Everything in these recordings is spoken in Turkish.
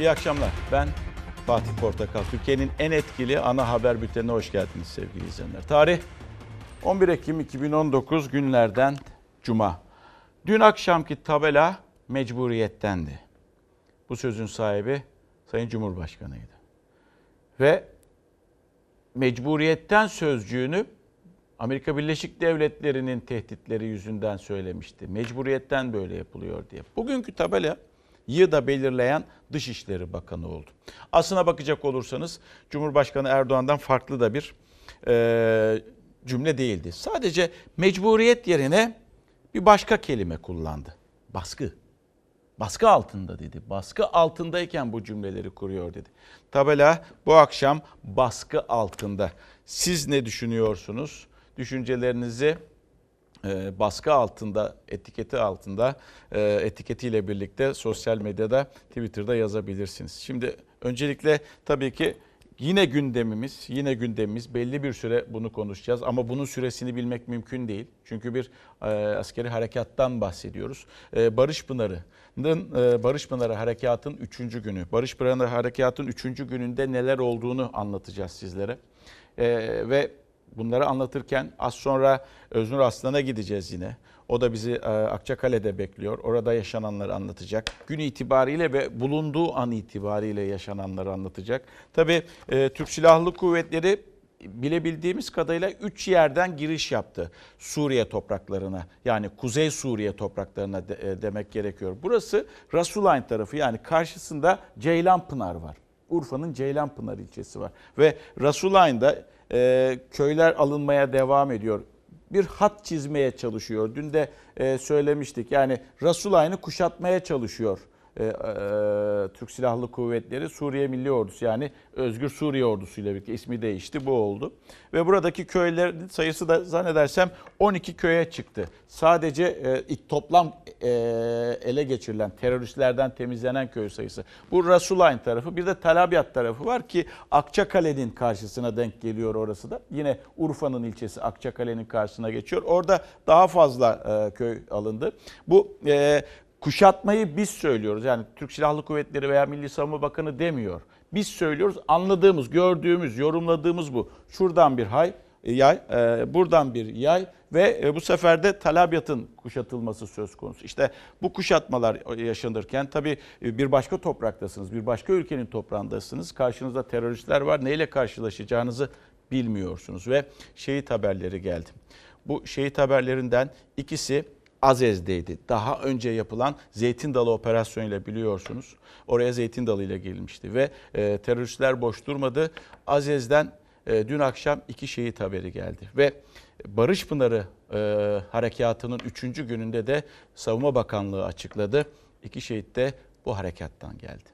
İyi akşamlar. Ben Fatih Portakal. Türkiye'nin en etkili ana haber bültenine hoş geldiniz sevgili izleyenler. Tarih 11 Ekim 2019 günlerden Cuma. Dün akşamki tabela mecburiyettendi. Bu sözün sahibi Sayın Cumhurbaşkanı'ydı. Ve mecburiyetten sözcüğünü Amerika Birleşik Devletleri'nin tehditleri yüzünden söylemişti. Mecburiyetten böyle yapılıyor diye. Bugünkü tabela da belirleyen Dışişleri Bakanı oldu. Aslına bakacak olursanız Cumhurbaşkanı Erdoğan'dan farklı da bir cümle değildi. Sadece mecburiyet yerine bir başka kelime kullandı. Baskı. Baskı altında dedi. Baskı altındayken bu cümleleri kuruyor dedi. Tabela bu akşam baskı altında. Siz ne düşünüyorsunuz? Düşüncelerinizi baskı altında, etiketi altında, etiketiyle birlikte sosyal medyada, Twitter'da yazabilirsiniz. Şimdi öncelikle tabii ki yine gündemimiz belli bir süre bunu konuşacağız ama bunun süresini bilmek mümkün değil. Çünkü bir askeri harekattan bahsediyoruz. Barış Pınarı Harekat'ın 3. günü. Barış Pınarı Harekat'ın 3. gününde neler olduğunu anlatacağız sizlere. Ve bunları anlatırken az sonra Öznur Aslan'a gideceğiz yine. O da bizi Akçakale'de bekliyor. Orada yaşananları anlatacak. Gün itibariyle ve bulunduğu an itibariyle yaşananları anlatacak. Tabii Türk Silahlı Kuvvetleri bilebildiğimiz kadarıyla 3 yerden giriş yaptı Suriye topraklarına. Yani Kuzey Suriye topraklarına demek gerekiyor. Burası Rasulayn tarafı, yani karşısında Ceylanpınar var. Urfa'nın Ceylanpınar ilçesi var. Ve Rasulayn'da köyler alınmaya devam ediyor. Bir hat çizmeye çalışıyor. Dün de söylemiştik. Yani Rasulayn'ı kuşatmaya çalışıyor Türk Silahlı Kuvvetleri, Suriye Milli Ordusu, yani Özgür Suriye Ordusu ile birlikte ismi değişti, bu oldu. Ve buradaki köylerin sayısı da zannedersem 12 köye çıktı. Sadece toplam ele geçirilen, teröristlerden temizlenen köy sayısı. Bu Rasulayn tarafı, bir de Tel Abyad tarafı var ki Akçakale'nin karşısına denk geliyor orası da. Yine Urfa'nın ilçesi Akçakale'nin karşısına geçiyor. Orada daha fazla köy alındı. Bu kuşatmayı biz söylüyoruz. Yani Türk Silahlı Kuvvetleri veya Milli Savunma Bakanı demiyor. Biz söylüyoruz, anladığımız, gördüğümüz, yorumladığımız bu. Şuradan bir yay, buradan bir yay ve bu sefer de Tel Abyad'ın kuşatılması söz konusu. İşte bu kuşatmalar yaşanırken tabii bir başka topraktasınız, bir başka ülkenin toprağındasınız. Karşınızda teröristler var. Neyle karşılaşacağınızı bilmiyorsunuz ve şehit haberleri geldi. Bu şehit haberlerinden ikisi Azez'deydi. Daha önce yapılan Zeytin Dalı operasyonuyla biliyorsunuz. Oraya Zeytin Dalı ile gelmişti ve teröristler boş durmadı. Azez'den dün akşam 2 şehit haberi geldi. Ve Barış Pınarı Harekatı'nın 3. gününde de Savunma Bakanlığı açıkladı. 2 şehit de bu harekattan geldi.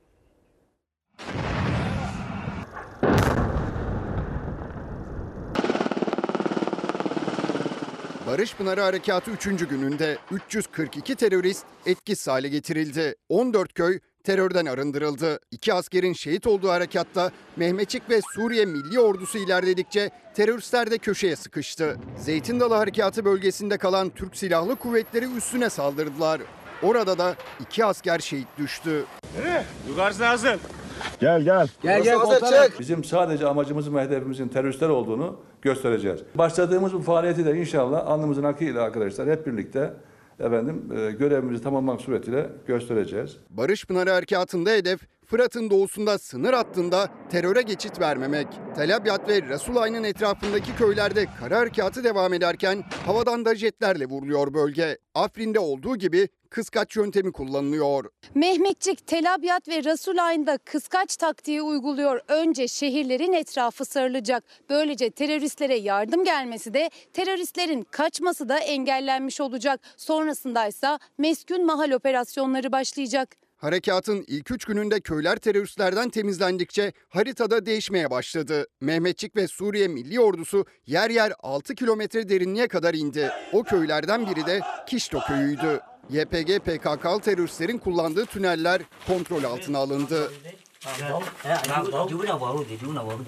Barış Pınarı Harekatı 3. gününde 342 terörist etkisiz hale getirildi. 14 köy terörden arındırıldı. 2 askerin şehit olduğu harekatta Mehmetçik ve Suriye Milli Ordusu ilerledikçe teröristler de köşeye sıkıştı. Zeytin Dalı Harekatı bölgesinde kalan Türk Silahlı Kuvvetleri üstüne saldırdılar. Orada da 2 asker şehit düştü. Yukarısı hazır. Gel komutanım. Bizim sadece amacımızın ve hedefimizin teröristler olduğunu göstereceğiz. Başladığımız bu faaliyeti de inşallah alnımızın akıyla arkadaşlar hep birlikte görevimizi tamamlamak suretiyle göstereceğiz. Barış Pınarı Harekatı'nda hedef Fırat'ın doğusunda sınır hattında teröre geçit vermemek. Tel Abyad ve Rasulayn'ın etrafındaki köylerde kara harekatı devam ederken havadan da jetlerle vuruluyor bölge. Afrin'de olduğu gibi kıskaç yöntemi kullanılıyor. Mehmetçik, Tel Abyad ve Rasulayn'da kıskaç taktiği uyguluyor. Önce şehirlerin etrafı sarılacak. Böylece teröristlere yardım gelmesi de teröristlerin kaçması da engellenmiş olacak. Sonrasında ise meskun mahal operasyonları başlayacak. Harekatın ilk 3 gününde köyler teröristlerden temizlendikçe haritada değişmeye başladı. Mehmetçik ve Suriye Milli Ordusu yer yer 6 kilometre derinliğe kadar indi. O köylerden biri de Kişto köyüydü. YPG PKK'lı teröristlerin kullandığı tüneller kontrol altına alındı.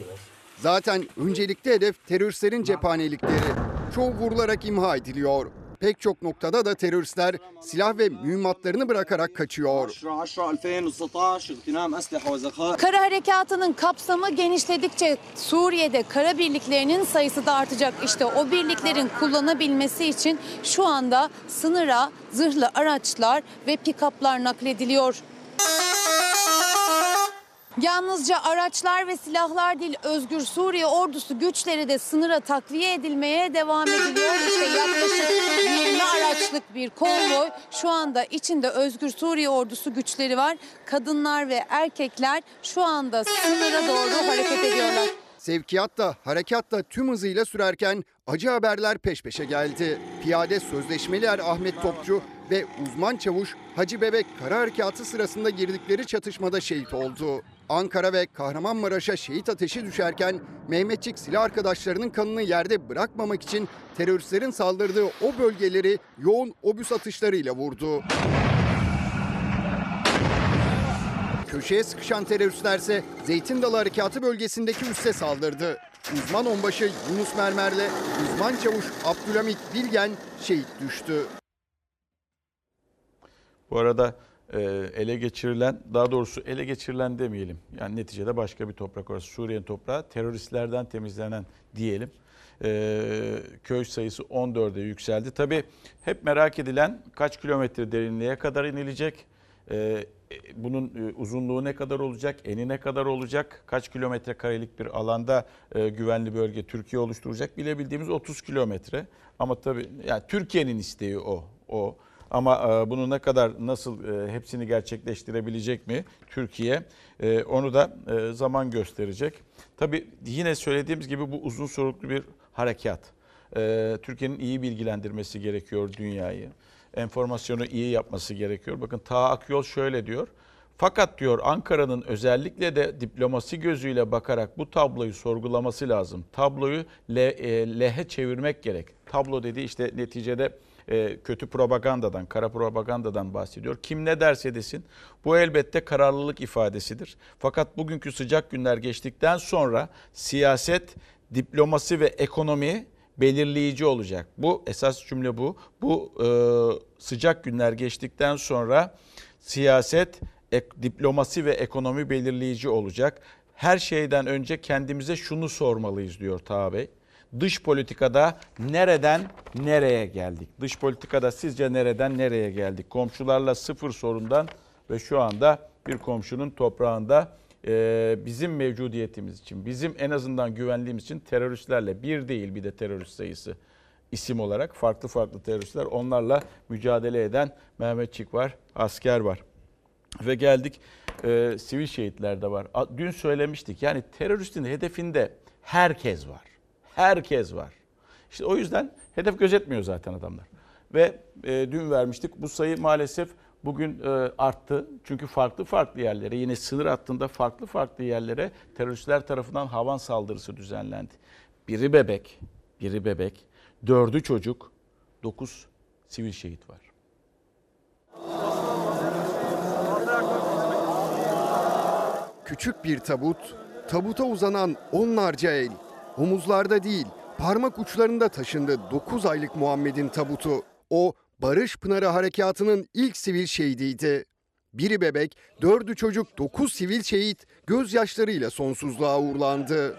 Zaten öncelikli hedef teröristlerin cephanelikleri. Çoğu vurularak imha ediliyor. Pek çok noktada da teröristler silah ve mühimmatlarını bırakarak kaçıyor. Kara harekatının kapsamı genişledikçe Suriye'de kara birliklerinin sayısı da artacak. İşte o birliklerin kullanabilmesi için şu anda sınıra zırhlı araçlar ve pikaplar naklediliyor. Yalnızca araçlar ve silahlar değil, Özgür Suriye ordusu güçleri de sınıra takviye edilmeye devam ediliyor. İşte yaklaşık 20 araçlık bir konvoy şu anda içinde Özgür Suriye ordusu güçleri var. Kadınlar ve erkekler şu anda sınıra doğru hareket ediyorlar. Sevkiyat da harekat da tüm hızıyla sürerken acı haberler peş peşe geldi. Piyade Sözleşmeli Er Ahmet Topçu ve uzman çavuş Hacı Bebek kara harekatı sırasında girdikleri çatışmada şehit oldu. Ankara ve Kahramanmaraş'a şehit ateşi düşerken Mehmetçik silah arkadaşlarının kanını yerde bırakmamak için teröristlerin saldırdığı o bölgeleri yoğun obüs atışlarıyla vurdu. Köşeye sıkışan teröristlerse Zeytin Dalı Harekatı bölgesindeki üsse saldırdı. Uzman onbaşı Yunus Mermer'le uzman çavuş Abdülhamit Bilgen şehit düştü. Bu arada ele geçirilen, daha doğrusu ele geçirilen demeyelim. Yani neticede başka bir toprak orası. Suriye'nin toprağı teröristlerden temizlenen diyelim. Köy sayısı 14'e yükseldi. Tabii hep merak edilen kaç kilometre derinliğe kadar inilecek? Bunun uzunluğu ne kadar olacak? Eni ne kadar olacak? Kaç kilometre karelik bir alanda güvenli bölge Türkiye oluşturacak? Bilebildiğimiz 30 kilometre. Ama tabii yani Türkiye'nin isteği o. Ama bunu ne kadar, nasıl hepsini gerçekleştirebilecek mi Türkiye? Onu da zaman gösterecek. Tabii yine söylediğimiz gibi bu uzun soluklu bir harekat. Türkiye'nin iyi bilgilendirmesi gerekiyor dünyayı. Enformasyonu iyi yapması gerekiyor. Bakın Taha Akyol şöyle diyor. Fakat diyor Ankara'nın özellikle de diplomasi gözüyle bakarak bu tabloyu sorgulaması lazım. Tabloyu lehe çevirmek gerek. Tablo dediği işte neticede kötü propagandadan, kara propagandadan bahsediyor. Kim ne derse desin bu elbette kararlılık ifadesidir. Fakat bugünkü sıcak günler geçtikten sonra siyaset, diplomasi ve ekonomi belirleyici olacak. Bu esas cümle bu. Bu sıcak günler geçtikten sonra siyaset, diplomasi ve ekonomi belirleyici olacak. Her şeyden önce kendimize şunu sormalıyız diyor Taha Bey. Dış politikada nereden nereye geldik? Dış politikada sizce nereden nereye geldik? Komşularla sıfır sorundan ve şu anda bir komşunun toprağında bizim mevcudiyetimiz için, bizim en azından güvenliğimiz için teröristlerle bir değil bir de terörist sayısı isim olarak farklı teröristler, onlarla mücadele eden Mehmetçik var, asker var. Ve geldik sivil şehitler de var. Dün söylemiştik yani teröristin hedefinde herkes var. Herkes var. İşte o yüzden hedef gözetmiyor zaten adamlar. Ve dün vermiştik bu sayı maalesef bugün arttı. Çünkü farklı yerlere, yine sınır hattında farklı yerlere teröristler tarafından havan saldırısı düzenlendi. Biri bebek, 4'ü çocuk, 9 sivil şehit var. Küçük bir tabut, tabuta uzanan onlarca el. Omuzlarda değil, parmak uçlarında taşındı 9 aylık Muhammed'in tabutu. O, Barış Pınarı Harekatı'nın ilk sivil şehidiydi. Biri bebek, 4'ü çocuk, 9 sivil şehit gözyaşlarıyla sonsuzluğa uğurlandı.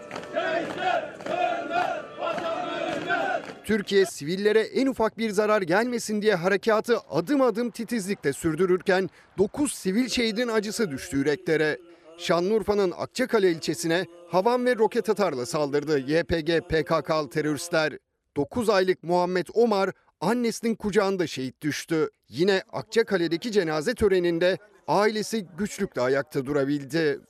Türkiye sivillere en ufak bir zarar gelmesin diye harekatı adım adım titizlikle sürdürürken 9 sivil şehidin acısı düştü yüreklere. Şanlıurfa'nın Akçakale ilçesine havan ve roket atarla saldırdı YPG PKK'lı teröristler. 9 aylık Muhammed Omar annesinin kucağında şehit düştü. Yine Akçakale'deki cenaze töreninde ailesi güçlükle ayakta durabildi.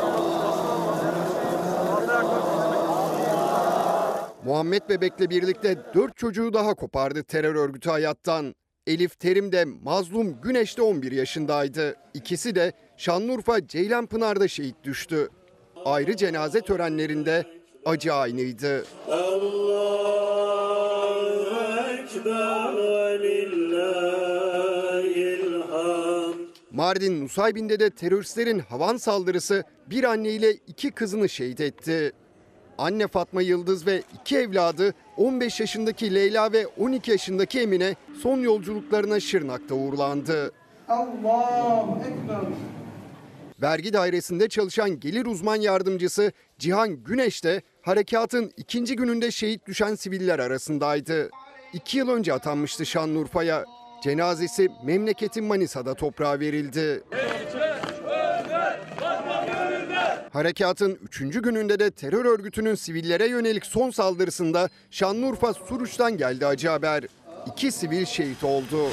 Muhammed Bebek'le birlikte 4 çocuğu daha kopardı terör örgütü hayattan. Elif Terim de mazlum Güneş'te 11 yaşındaydı. İkisi de Şanlıurfa Ceylanpınar'da şehit düştü. Ayrı cenaze törenlerinde acı aynıydı. Mardin Nusaybin'de de teröristlerin havan saldırısı bir anne ile 2 kızını şehit etti. Anne Fatma Yıldız ve 2 evladı 15 yaşındaki Leyla ve 12 yaşındaki Emine son yolculuklarına Şırnak'ta uğurlandı. Allahu Ekber. Vergi dairesinde çalışan gelir uzman yardımcısı Cihan Güneş de harekatın 2. gününde şehit düşen siviller arasındaydı. 2 yıl önce atanmıştı Şanlıurfa'ya. Cenazesi memleketin Manisa'da toprağa verildi. Harekatın 3. gününde de terör örgütünün sivillere yönelik son saldırısında Şanlıurfa Suruç'tan geldi acı haber. 2 sivil şehit oldu.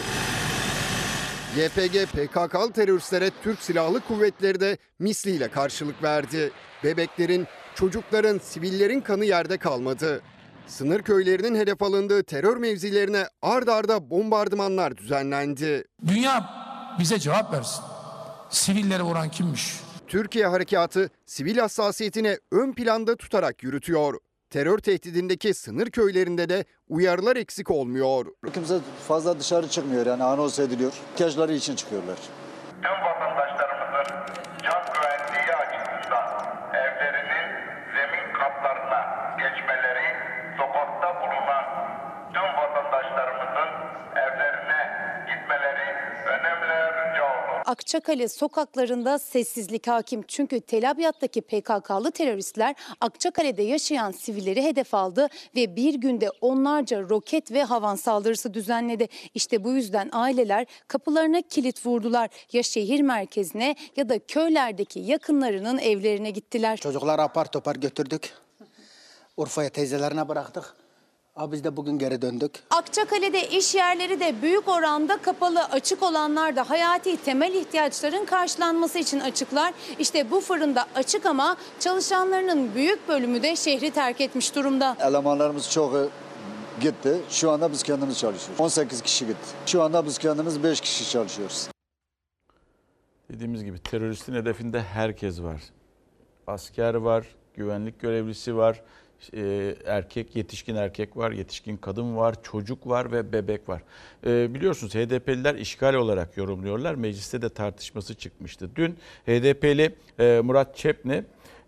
YPG PKK'lı teröristlere Türk Silahlı Kuvvetleri de misliyle karşılık verdi. Bebeklerin, çocukların, sivillerin kanı yerde kalmadı. Sınır köylerinin hedef alındığı terör mevzilerine ard arda bombardımanlar düzenlendi. Dünya bize cevap versin. Sivilleri vuran kimmiş? Türkiye harekatı sivil hassasiyetini ön planda tutarak yürütüyor. Terör tehdidindeki sınır köylerinde de uyarılar eksik olmuyor. Kimse fazla dışarı çıkmıyor, yani anons ediliyor. İhtiyaçları için çıkıyorlar. Tüm vatandaşlarımızın can güvenliği açısından evlerinin zemin katlarına geçmeleri, sokakta bulunan tüm vatandaşlarımızın evlerine gitmeleri önemli rica olur. Akçakale sokaklarında sessizlik hakim. Çünkü Tel Abyad'daki PKK'lı teröristler Akçakale'de yaşayan sivilleri hedef aldı ve bir günde onlarca roket ve havan saldırısı düzenledi. İşte bu yüzden aileler kapılarına kilit vurdular. Ya şehir merkezine ya da köylerdeki yakınlarının evlerine gittiler. Çocukları apar topar götürdük. Urfa'ya teyzelerine bıraktık. Biz de bugün geri döndük. Akçakale'de iş yerleri de büyük oranda kapalı, açık olanlar da hayati temel ihtiyaçların karşılanması için açıklar. İşte bu fırında açık ama çalışanlarının büyük bölümü de şehri terk etmiş durumda. Elemanlarımız çoğu gitti. Şu anda biz kendimiz çalışıyoruz. 18 kişi gitti. Şu anda biz kendimiz 5 kişi çalışıyoruz. Dediğimiz gibi teröristin hedefinde herkes var. Asker var, güvenlik görevlisi var, erkek, yetişkin erkek var, yetişkin kadın var, çocuk var ve bebek var. Biliyorsunuz HDP'liler işgal olarak yorumluyorlar. Mecliste de tartışması çıkmıştı. Dün HDP'li Murat Çepni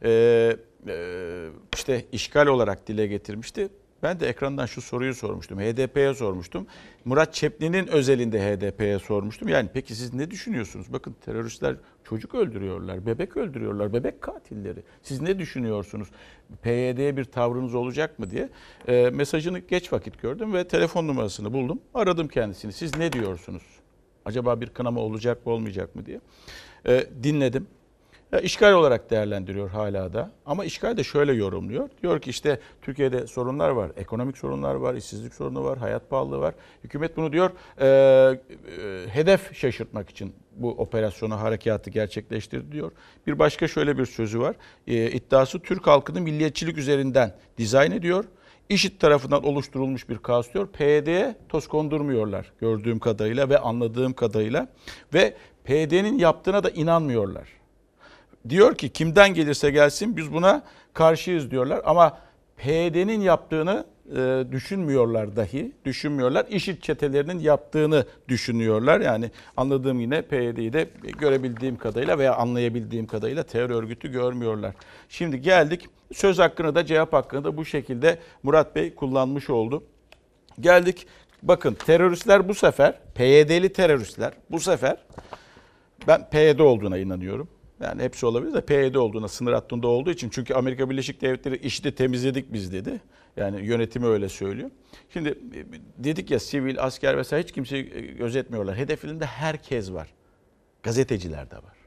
işte işgal olarak dile getirmişti. Ben de ekrandan şu soruyu sormuştum. HDP'ye sormuştum. Murat Çepni'nin özelinde HDP'ye sormuştum. Yani peki siz ne düşünüyorsunuz? Bakın teröristler çocuk öldürüyorlar, bebek öldürüyorlar, bebek katilleri. Siz ne düşünüyorsunuz? PYD'ye bir tavrınız olacak mı diye mesajını geç vakit gördüm ve telefon numarasını buldum. Aradım kendisini. Siz ne diyorsunuz? Acaba bir kınama olacak mı olmayacak mı diye. Dinledim. İşgal olarak değerlendiriyor hala da ama işgal de şöyle yorumluyor. Diyor ki işte Türkiye'de sorunlar var, ekonomik sorunlar var, işsizlik sorunu var, hayat pahalılığı var. Hükümet bunu diyor hedef şaşırtmak için bu operasyonu, harekatı gerçekleştirdi diyor. Bir başka şöyle bir sözü var. İddiası Türk halkını milliyetçilik üzerinden dizayn ediyor. İŞİD tarafından oluşturulmuş bir kaos diyor. PYD'ye toz kondurmuyorlar gördüğüm kadarıyla ve anladığım kadarıyla ve PYD'nin yaptığına da inanmıyorlar. Diyor ki kimden gelirse gelsin biz buna karşıyız diyorlar ama PYD'nin yaptığını düşünmüyorlar dahi, düşünmüyorlar. İŞİD çetelerinin yaptığını düşünüyorlar. Yani anladığım yine PYD'yi de görebildiğim kadarıyla veya anlayabildiğim kadarıyla terör örgütü görmüyorlar. Şimdi geldik söz hakkını da cevap hakkını da bu şekilde Murat Bey kullanmış oldu. Geldik bakın teröristler bu sefer PYD'li teröristler bu sefer ben PYD olduğuna inanıyorum. Yani hepsi olabilir de PYD olduğuna, sınır hattında olduğu için. Çünkü Amerika Birleşik Devletleri IŞİD'i temizledik biz dedi. Yani yönetimi öyle söylüyor. Şimdi dedik ya sivil, asker vesaire hiç kimseyi gözetmiyorlar. Hedeflerinde herkes var. Gazeteciler de var.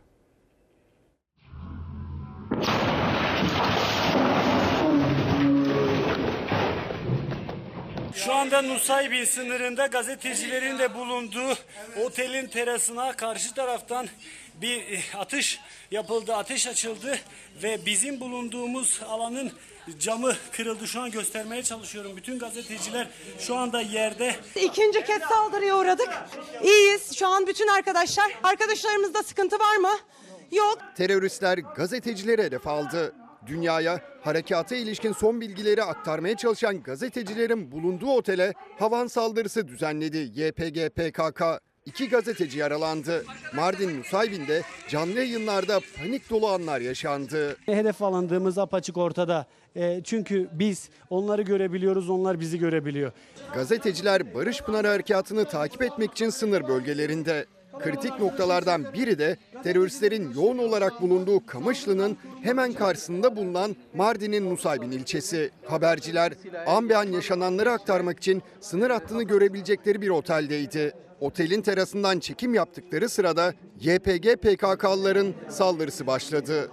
Şu anda Nusaybin sınırında gazetecilerin de bulunduğu otelin terasına karşı taraftan bir atış yapıldı, ateş açıldı ve bizim bulunduğumuz alanın camı kırıldı. Şu an göstermeye çalışıyorum. Bütün gazeteciler şu anda yerde. İkinci kez saldırıya uğradık. İyiyiz. Şu an bütün arkadaşlarımızda sıkıntı var mı? Yok. Teröristler gazetecileri hedef aldı. Dünyaya harekata ilişkin son bilgileri aktarmaya çalışan gazetecilerin bulunduğu otele havan saldırısı düzenledi YPG PKK. 2 gazeteci yaralandı. Mardin Nusaybin'de canlı yayınlarda panik dolu anlar yaşandı. Hedef alındığımız apaçık ortada. Çünkü biz onları görebiliyoruz, onlar bizi görebiliyor. Gazeteciler Barış Pınarı Harekatı'nı takip etmek için sınır bölgelerinde. Kritik noktalardan biri de teröristlerin yoğun olarak bulunduğu Kamışlı'nın hemen karşısında bulunan Mardin'in Nusaybin ilçesi. Haberciler an be an yaşananları aktarmak için sınır hattını görebilecekleri bir oteldeydi. Otelin terasından çekim yaptıkları sırada YPG PKK'lıların saldırısı başladı.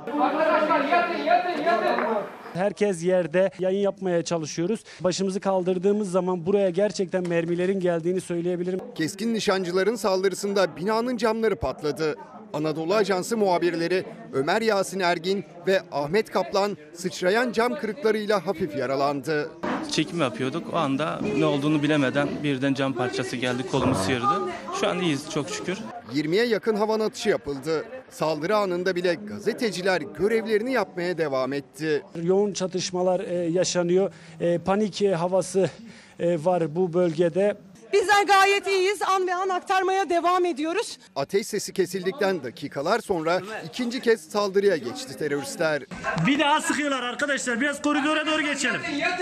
Herkes yerde, yayın yapmaya çalışıyoruz. Başımızı kaldırdığımız zaman buraya gerçekten mermilerin geldiğini söyleyebilirim. Keskin nişancıların saldırısında binanın camları patladı. Anadolu Ajansı muhabirleri Ömer Yasin Ergin ve Ahmet Kaplan sıçrayan cam kırıklarıyla hafif yaralandı. Çekim yapıyorduk. O anda ne olduğunu bilemeden birden cam parçası geldi, kolumuz sıyırdı. Şu an iyiyiz çok şükür. 20'ye yakın havan atışı yapıldı. Saldırı anında bile gazeteciler görevlerini yapmaya devam etti. Yoğun çatışmalar yaşanıyor. Panik havası var bu bölgede. Bizler gayet iyiyiz. An ve an aktarmaya devam ediyoruz. Ateş sesi kesildikten dakikalar sonra ikinci kez saldırıya geçti teröristler. Bir daha sıkıyorlar arkadaşlar. Biraz koridora doğru geçelim.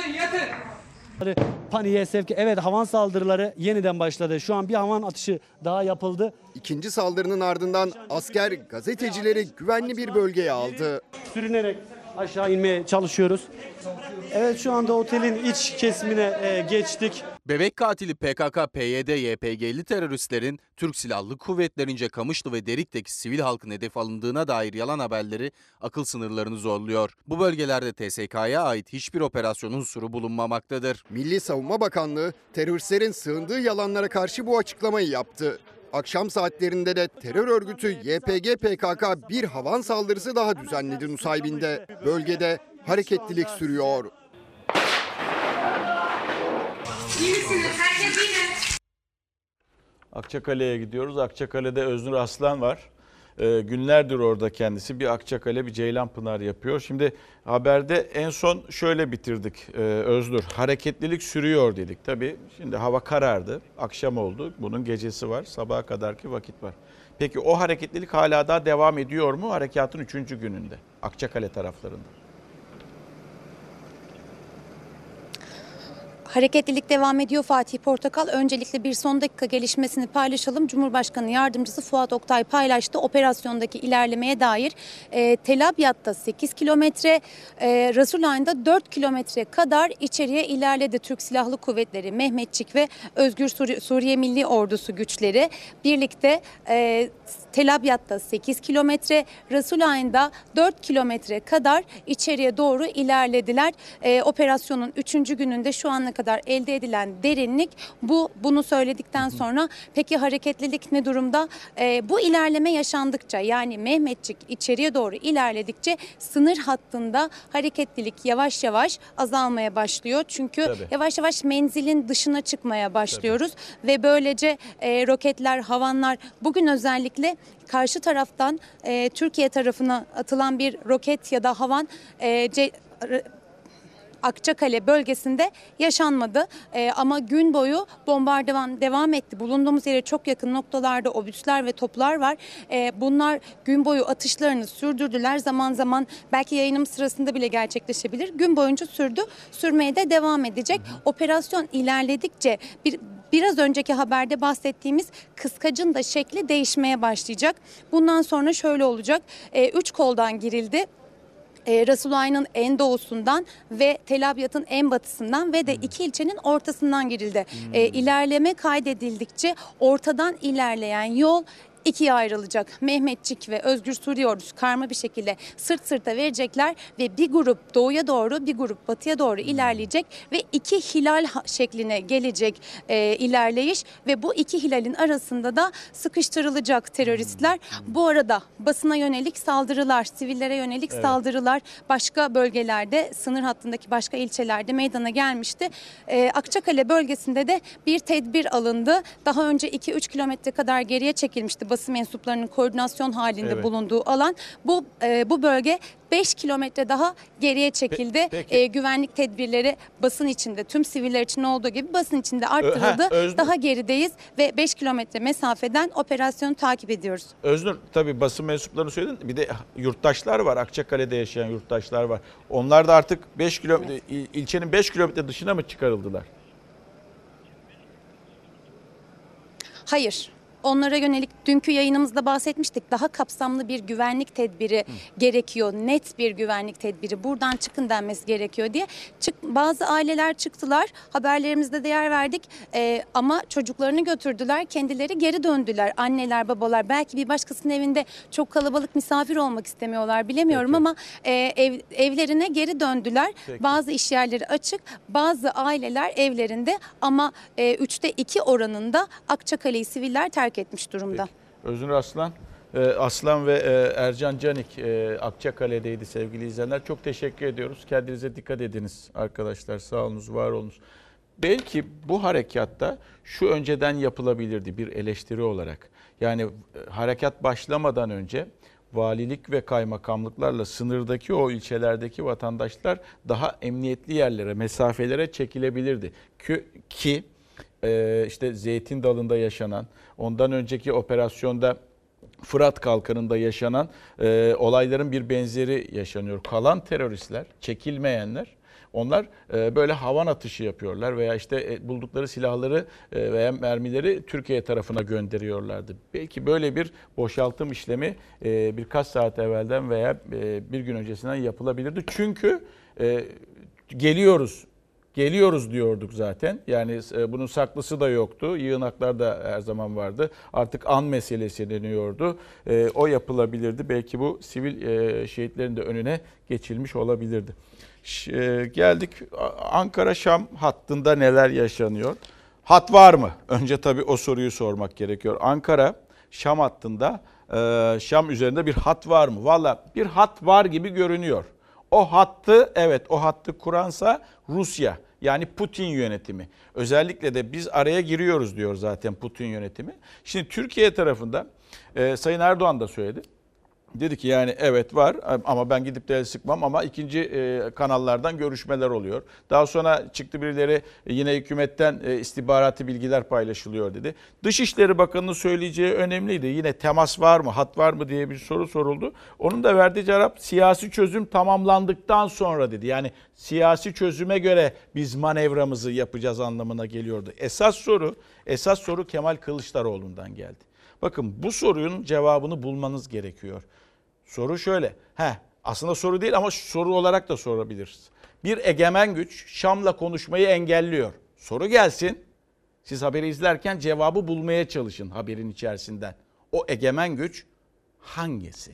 Paniğe sevk. Evet, havan saldırıları yeniden başladı. Şu an bir havan atışı daha yapıldı. İkinci saldırının ardından asker gazetecileri güvenli bir bölgeye aldı. Sürünerek aşağı inmeye çalışıyoruz. Evet, şu anda otelin iç kesimine geçtik. Bebek katili PKK, PYD, YPG'li teröristlerin Türk Silahlı Kuvvetlerince Kamışlı ve Derik'teki sivil halkın hedef alındığına dair yalan haberleri akıl sınırlarını zorluyor. Bu bölgelerde TSK'ya ait hiçbir operasyon unsuru bulunmamaktadır. Milli Savunma Bakanlığı teröristlerin sığındığı yalanlara karşı bu açıklamayı yaptı. Akşam saatlerinde de terör örgütü YPG PKK bir havan saldırısı daha düzenledi Nusaybin'de. Bölgede hareketlilik sürüyor. Akçakale'ye gidiyoruz. Akçakale'de Öznur Aslan var. Günlerdir orada kendisi. Bir Akçakale, bir Ceylanpınar yapıyor. Şimdi haberde en son şöyle bitirdik Öznur. Hareketlilik sürüyor dedik. Tabii şimdi hava karardı. Akşam oldu. Bunun gecesi var. Sabaha kadarki vakit var. Peki o hareketlilik hala daha devam ediyor mu harekatın 3. gününde Akçakale taraflarında? Hareketlilik devam ediyor Fatih Portakal. Öncelikle bir son dakika gelişmesini paylaşalım. Cumhurbaşkanı Yardımcısı Fuat Oktay paylaştı. Operasyondaki ilerlemeye dair Tel Abyad'da 8 kilometre, Rasulayn'da 4 kilometre kadar içeriye ilerledi Türk Silahlı Kuvvetleri, Mehmetçik ve Özgür Suriye Milli Ordusu güçleri. Birlikte Tel Abyad'da 8 kilometre, Rasulayn'da 4 kilometre kadar içeriye doğru ilerlediler. Operasyonun 3. gününde şu ana kadar elde edilen derinlik bu. Bunu söyledikten sonra peki hareketlilik ne durumda? Bu ilerleme yaşandıkça, yani Mehmetçik içeriye doğru ilerledikçe sınır hattında hareketlilik yavaş yavaş azalmaya başlıyor. Çünkü yavaş yavaş menzilin dışına çıkmaya başlıyoruz ve böylece roketler, havanlar, bugün özellikle karşı taraftan Türkiye tarafına atılan bir roket ya da havan Akçakale bölgesinde yaşanmadı. Ama gün boyu bombardıman devam etti. Bulunduğumuz yere çok yakın noktalarda obüsler ve toplar var. Bunlar gün boyu atışlarını sürdürdüler. Zaman zaman belki yayınım sırasında bile gerçekleşebilir. Gün boyunca sürdü. Sürmeye de devam edecek. Operasyon ilerledikçe biraz önceki haberde bahsettiğimiz kıskacın da şekli değişmeye başlayacak. Bundan sonra şöyle olacak. 3 koldan girildi. Rasulayn'ın en doğusundan ve Tel Abyad'ın en batısından ve de 2 ilçenin ortasından girildi. İlerleme kaydedildikçe ortadan ilerleyen yol ikiye ayrılacak. Mehmetçik ve Özgür Suriye Ordusu karma bir şekilde sırt sırta verecekler ve bir grup doğuya doğru, bir grup batıya doğru ilerleyecek ve 2 hilal şekline gelecek ilerleyiş ve bu 2 hilalin arasında da sıkıştırılacak teröristler. Bu arada basına yönelik saldırılar, sivillere yönelik saldırılar başka bölgelerde, sınır hattındaki başka ilçelerde meydana gelmişti. Akçakale bölgesinde de bir tedbir alındı. Daha önce 2-3 kilometre kadar geriye çekilmişti basın mensuplarının koordinasyon halinde Evet. bulunduğu alan. Bu bölge 5 kilometre daha geriye çekildi. Peki. Güvenlik tedbirleri basın içinde, tüm siviller için olduğu gibi basın içinde arttırıldı. Öznur. Daha gerideyiz ve 5 kilometre mesafeden operasyonu takip ediyoruz. Öznur, tabii basın mensuplarını söyledin. Bir de yurttaşlar var. Akçakale'de yaşayan yurttaşlar var. Onlar da artık 5 kilometre, ilçenin 5 kilometre dışına mı çıkarıldılar? Hayır. Onlara yönelik dünkü yayınımızda bahsetmiştik. Daha kapsamlı bir güvenlik tedbiri gerekiyor. Net bir güvenlik tedbiri. Buradan çıkın denmesi gerekiyor diye. Bazı aileler çıktılar. Haberlerimizde de yer verdik. Ama çocuklarını götürdüler. Kendileri geri döndüler. Anneler, babalar. Belki bir başkasının evinde çok kalabalık misafir olmak istemiyorlar. Bilemiyorum ama evlerine geri döndüler. Peki. Bazı iş yerleri açık. Bazı aileler evlerinde ama 3'te 2 oranında Akçakale'yi siviller terk etmiş durumda. Peki. Öznur Aslan. Aslan ve Ercan Canik Akçakale'deydi sevgili izleyenler. Çok teşekkür ediyoruz. Kendinize dikkat ediniz arkadaşlar. Sağ olunuz, var olunuz. Belki bu harekatta şu önceden yapılabilirdi bir eleştiri olarak. Yani harekat başlamadan önce valilik ve kaymakamlıklarla sınırdaki o ilçelerdeki vatandaşlar daha emniyetli yerlere, mesafelere çekilebilirdi. Ki işte Zeytin Dalı'nda yaşanan, ondan önceki operasyonda Fırat Kalkanı'nda yaşanan olayların bir benzeri yaşanıyor. Kalan teröristler, çekilmeyenler, onlar böyle havan atışı yapıyorlar veya işte buldukları silahları veya mermileri Türkiye tarafına gönderiyorlardı. Belki böyle bir boşaltım işlemi birkaç saat evvelden veya bir gün öncesinden yapılabilirdi. Çünkü geliyoruz diyorduk zaten. Yani bunun saklısı da yoktu. Yığınaklar da her zaman vardı. Artık an meselesi deniyordu. O yapılabilirdi. Belki bu sivil şehitlerin de önüne geçilmiş olabilirdi. Geldik Ankara-Şam hattında neler yaşanıyor? Hat var mı? Önce tabii o soruyu sormak gerekiyor. Ankara-Şam hattında Şam üzerinde bir hat var mı? Valla bir hat var gibi görünüyor. O hattı kuransa Rusya, yani Putin yönetimi. Özellikle de biz araya giriyoruz diyor zaten Putin yönetimi. Şimdi Türkiye tarafında Sayın Erdoğan da söyledi. Dedi ki yani evet var ama ben gidip de el sıkmam ama ikinci kanallardan görüşmeler oluyor. Daha sonra çıktı birileri yine hükümetten istihbaratı bilgiler paylaşılıyor dedi. Dışişleri Bakanı'nın söyleyeceği önemliydi. Yine temas var mı, hat var mı diye bir soru soruldu. Onun da verdiği cevap siyasi çözüm tamamlandıktan sonra dedi. Yani siyasi çözüme göre biz manevramızı yapacağız anlamına geliyordu. Esas soru Kemal Kılıçdaroğlu'ndan geldi. Bakın bu sorunun cevabını bulmanız gerekiyor. Soru şöyle. Aslında soru değil ama soru olarak da sorabiliriz. Bir egemen güç Şam'la konuşmayı engelliyor. Soru gelsin. Siz haberi izlerken cevabı bulmaya çalışın haberin içerisinden. O egemen güç hangisi?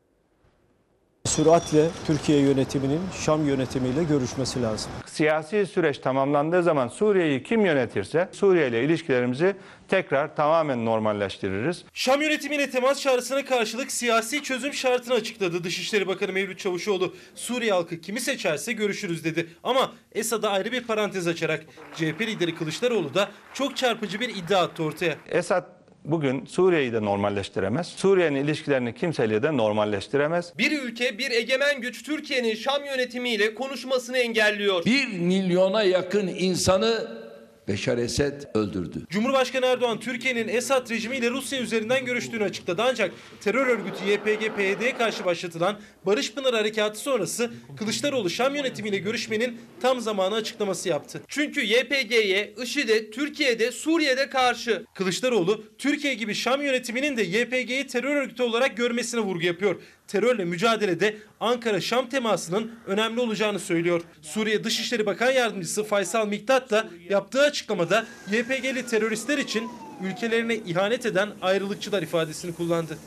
Süratle Türkiye yönetiminin Şam yönetimiyle görüşmesi lazım. Siyasi süreç tamamlandığı zaman Suriye'yi kim yönetirse Suriye ile ilişkilerimizi tekrar tamamen normalleştiririz. Şam yönetimine temas çağrısına karşılık siyasi çözüm şartını açıkladı Dışişleri Bakanı Mevlüt Çavuşoğlu. Suriye halkı kimi seçerse görüşürüz dedi. Ama Esad'a ayrı bir parantez açarak CHP lideri Kılıçdaroğlu da çok çarpıcı bir iddia attı ortaya. Esad bugün Suriye'yi de normalleştiremez. Suriye'nin ilişkilerini kimseyle de normalleştiremez. Bir ülke, bir egemen güç Türkiye'nin Şam yönetimiyle konuşmasını engelliyor. 1 milyona yakın insanı Beşar Esed öldürdü. Cumhurbaşkanı Erdoğan Türkiye'nin Esad rejimiyle Rusya üzerinden görüştüğünü açıkladı. Ancak terör örgütü YPG-PYD'ye karşı başlatılan Barış Pınar Harekatı sonrası Kılıçdaroğlu Şam yönetimiyle görüşmenin tam zamanı açıklaması yaptı. Çünkü YPG'ye, IŞİD'e, Türkiye'de, Suriye'de karşı. Kılıçdaroğlu Türkiye gibi Şam yönetiminin de YPG'yi terör örgütü olarak görmesine vurgu yapıyor. Terörle mücadelede Ankara-Şam temasının önemli olacağını söylüyor. Suriye Dışişleri Bakan Yardımcısı Faysal Miktat da yaptığı açıklamada YPG'li teröristler için ülkelerine ihanet eden ayrılıkçılar ifadesini kullandı.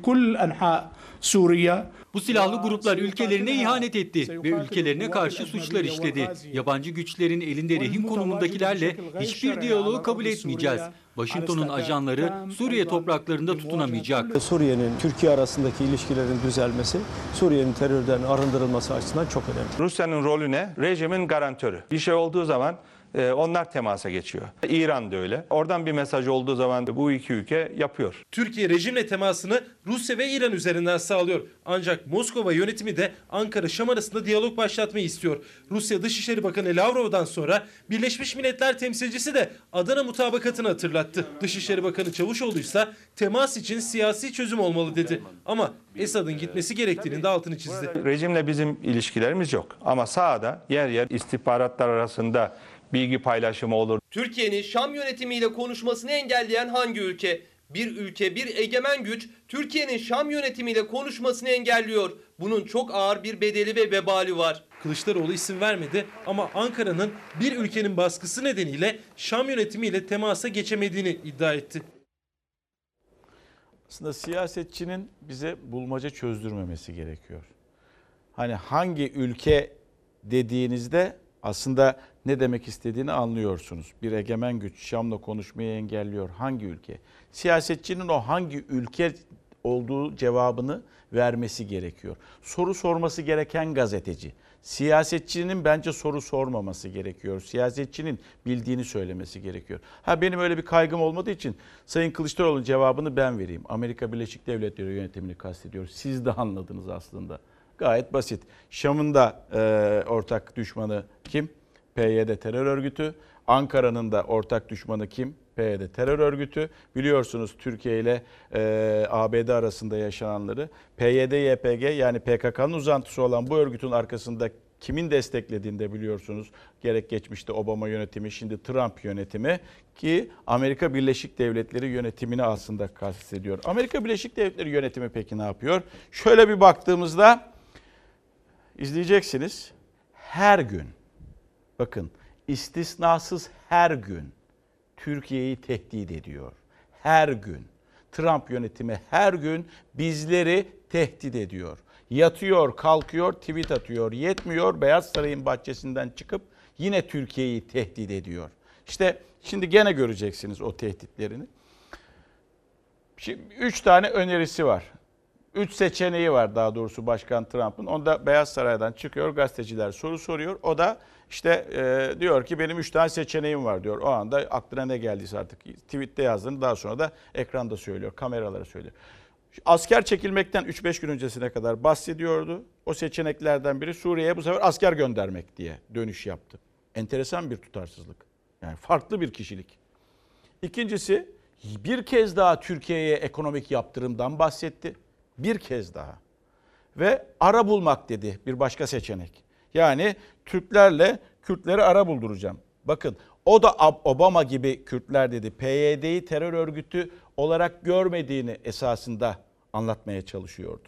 Bu silahlı gruplar ülkelerine ihanet etti ve ülkelerine karşı suçlar işledi. Yabancı güçlerin elinde rehin konumundakilerle hiçbir diyaloğu kabul etmeyeceğiz. Washington'un ajanları Suriye topraklarında tutunamayacak. Suriye'nin Türkiye arasındaki ilişkilerin düzelmesi, Suriye'nin terörden arındırılması açısından çok önemli. Rusya'nın rolüne rejimin garantörü. Bir şey olduğu zaman onlar temasa geçiyor. İran da öyle. Oradan bir mesaj olduğu zaman bu iki ülke yapıyor. Türkiye rejimle temasını Rusya ve İran üzerinden sağlıyor. Ancak Moskova yönetimi de Ankara-Şam arasında diyalog başlatmayı istiyor. Rusya Dışişleri Bakanı Lavrov'dan sonra Birleşmiş Milletler temsilcisi de Adana mutabakatını hatırlattı. Dışişleri Bakanı Çavuşoğlu ise temas için siyasi çözüm olmalı dedi. Ama Esad'ın gitmesi gerektiğinin de altını çizdi. Rejimle bizim ilişkilerimiz yok. Ama sahada yer yer istihbaratlar arasında bilgi paylaşımı olur. Türkiye'nin Şam yönetimiyle konuşmasını engelleyen hangi ülke? Bir ülke, bir egemen güç Türkiye'nin Şam yönetimiyle konuşmasını engelliyor. Bunun çok ağır bir bedeli ve vebali var. Kılıçdaroğlu isim vermedi ama Ankara'nın bir ülkenin baskısı nedeniyle Şam yönetimiyle temasa geçemediğini iddia etti. Aslında siyasetçinin bize bulmaca çözdürmemesi gerekiyor. Hani hangi ülke dediğinizde aslında ne demek istediğini anlıyorsunuz. Bir egemen güç Şam'la konuşmayı engelliyor. Hangi ülke? Siyasetçinin o hangi ülke olduğu cevabını vermesi gerekiyor. Soru sorması gereken gazeteci. Siyasetçinin bence soru sormaması gerekiyor. Siyasetçinin bildiğini söylemesi gerekiyor. Benim öyle bir kaygım olmadığı için Sayın Kılıçdaroğlu'nun cevabını ben vereyim. Amerika Birleşik Devletleri yönetimini kastediyor. Siz de anladınız aslında. Gayet basit. Şam'ın da ortak düşmanı kim? PYD terör örgütü. Ankara'nın da ortak düşmanı kim? PYD terör örgütü. Biliyorsunuz Türkiye ile ABD arasında yaşananları. PYD-YPG yani PKK'nın uzantısı olan bu örgütün arkasında kimin desteklediğini de biliyorsunuz. Gerek geçmişte Obama yönetimi, şimdi Trump yönetimi ki Amerika Birleşik Devletleri yönetimini aslında kastediyor. Amerika Birleşik Devletleri yönetimi peki ne yapıyor? Şöyle bir baktığımızda izleyeceksiniz. Her gün, bakın istisnasız her gün Türkiye'yi tehdit ediyor. Her gün. Trump yönetimi her gün bizleri tehdit ediyor. Yatıyor, kalkıyor, tweet atıyor. Yetmiyor, Beyaz Saray'ın bahçesinden çıkıp yine Türkiye'yi tehdit ediyor. İşte şimdi gene göreceksiniz o tehditlerini. Şimdi 3 tane önerisi var. 3 seçeneği var daha doğrusu Başkan Trump'ın. Onda Beyaz Saray'dan çıkıyor, gazeteciler soru soruyor. O da işte diyor ki benim 3 tane seçeneğim var diyor. O anda aklına ne geldiyse artık tweette yazdığını daha sonra da ekranda söylüyor, kameralara söylüyor. Asker çekilmekten 3-5 gün öncesine kadar bahsediyordu. O seçeneklerden biri Suriye'ye bu sefer asker göndermek diye dönüş yaptı. Enteresan bir tutarsızlık. Yani farklı bir kişilik. İkincisi bir kez daha Türkiye'ye ekonomik yaptırımdan bahsetti. Bir kez daha. Ve ara bulmak dedi bir başka seçenek. Yani Türklerle Kürtleri ara bulduracağım. Bakın o da Obama gibi Kürtler dedi. PYD'yi terör örgütü olarak görmediğini esasında anlatmaya çalışıyordu.